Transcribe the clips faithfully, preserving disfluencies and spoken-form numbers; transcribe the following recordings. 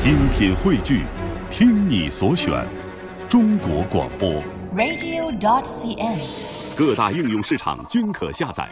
精品汇聚，听你所选，中国广播 radio dot c n， 各大应用市场均可下载。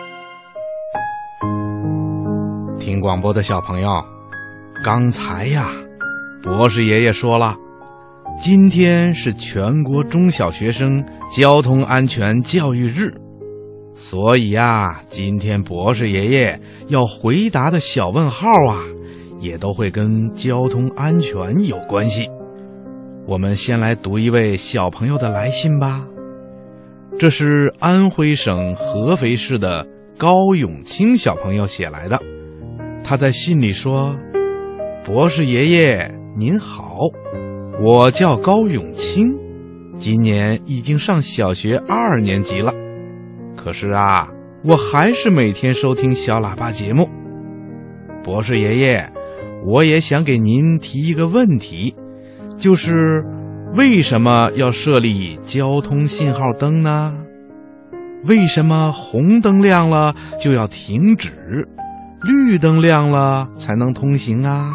听广播的小朋友，刚才呀，博士爷爷说了，今天是全国中小学生交通安全教育日，所以呀，今天博士爷爷要回答的小问号啊，也都会跟交通安全有关系。我们先来读一位小朋友的来信吧。这是安徽省合肥市的高永清小朋友写来的。他在信里说：博士爷爷您好，我叫高永清，今年已经上小学二年级了。可是啊，我还是每天收听小喇叭节目。博士爷爷，我也想给您提一个问题，就是为什么要设立交通信号灯呢？为什么红灯亮了就要停止，绿灯亮了才能通行啊？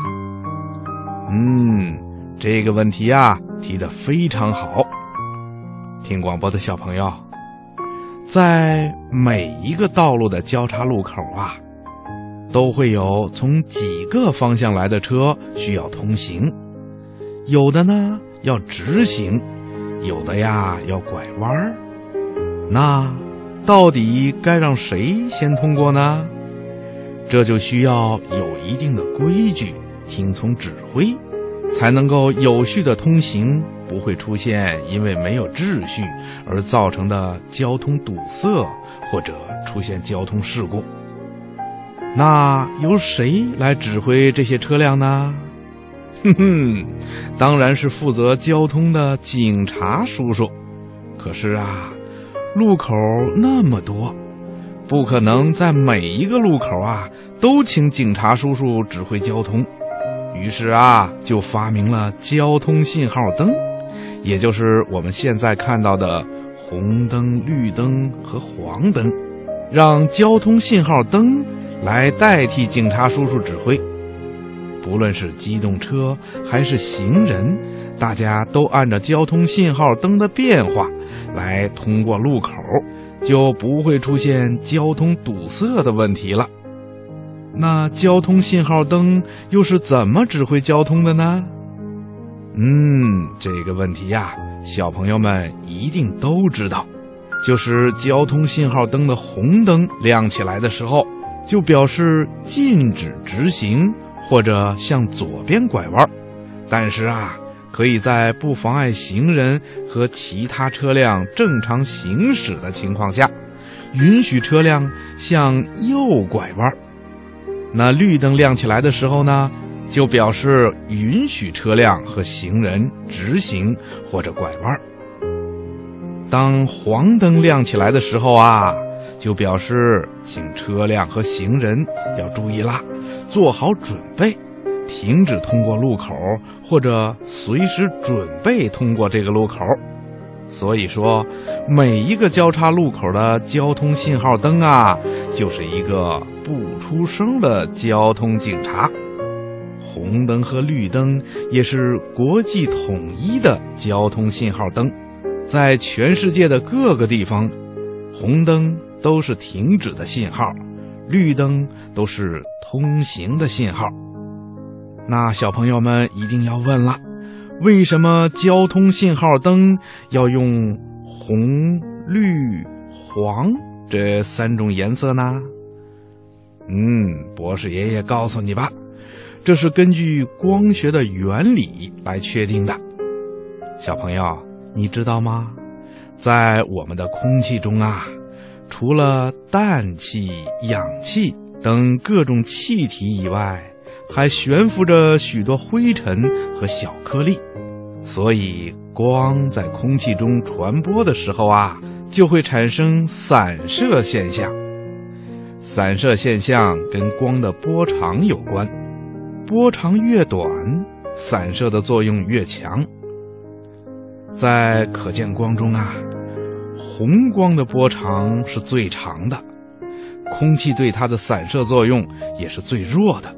嗯，这个问题啊，提得非常好。听广播的小朋友，在每一个道路的交叉路口啊，都会有从几个方向来的车需要通行，有的呢要直行，有的呀要拐弯。那到底该让谁先通过呢？这就需要有一定的规矩，听从指挥，才能够有序的通行，不会出现因为没有秩序而造成的交通堵塞，或者出现交通事故。那由谁来指挥这些车辆呢？哼哼，当然是负责交通的警察叔叔。可是啊，路口那么多，不可能在每一个路口啊都请警察叔叔指挥交通。于是啊，就发明了交通信号灯，也就是我们现在看到的红灯、绿灯和黄灯，让交通信号灯来代替警察叔叔指挥。不论是机动车还是行人，大家都按照交通信号灯的变化来通过路口，就不会出现交通堵塞的问题了。那交通信号灯又是怎么指挥交通的呢？嗯，这个问题呀，小朋友们一定都知道，就是交通信号灯的红灯亮起来的时候，就表示禁止直行或者向左边拐弯，但是啊，可以在不妨碍行人和其他车辆正常行驶的情况下，允许车辆向右拐弯。那绿灯亮起来的时候呢，就表示允许车辆和行人直行或者拐弯。当黄灯亮起来的时候啊，就表示请车辆和行人要注意啦，做好准备，停止通过路口，或者随时准备通过这个路口。所以说，每一个交叉路口的交通信号灯啊，就是一个不出声的交通警察。红灯和绿灯也是国际统一的交通信号灯，在全世界的各个地方，红灯都是停止的信号，绿灯都是通行的信号。那小朋友们一定要问了，为什么交通信号灯要用红、绿、黄这三种颜色呢？嗯，博士爷爷告诉你吧，这是根据光学的原理来确定的。小朋友，你知道吗？在我们的空气中啊，除了氮气、氧气等各种气体以外，还悬浮着许多灰尘和小颗粒，所以光在空气中传播的时候啊，就会产生散射现象。散射现象跟光的波长有关，波长越短，散射的作用越强。在可见光中啊，红光的波长是最长的，空气对它的散射作用也是最弱的，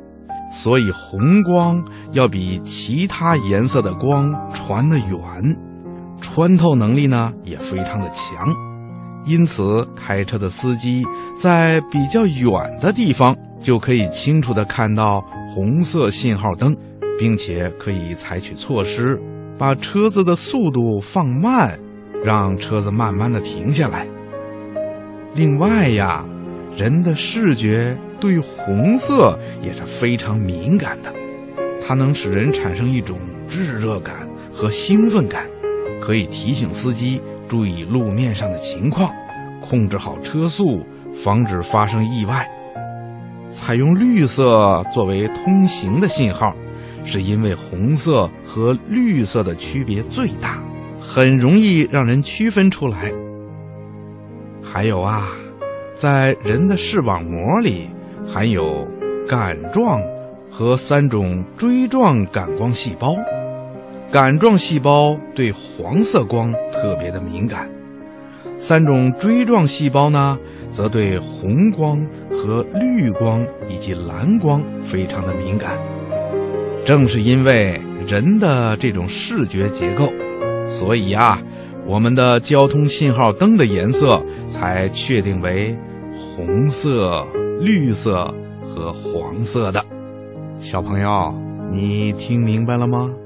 所以红光要比其他颜色的光传得远，穿透能力呢也非常的强。因此开车的司机在比较远的地方就可以清楚地看到红色信号灯，并且可以采取措施把车子的速度放慢，让车子慢慢地停下来。另外呀，人的视觉对红色也是非常敏感的，它能使人产生一种炙热感和兴奋感，可以提醒司机注意路面上的情况，控制好车速，防止发生意外。采用绿色作为通行的信号，是因为红色和绿色的区别最大，很容易让人区分出来。还有啊，在人的视网膜里含有杆状和三种锥状感光细胞，杆状细胞对黄色光特别的敏感，三种锥状细胞呢，则对红光和绿光以及蓝光非常的敏感。正是因为人的这种视觉结构，所以啊，我们的交通信号灯的颜色才确定为红色、绿色和黄色的。小朋友，你听明白了吗？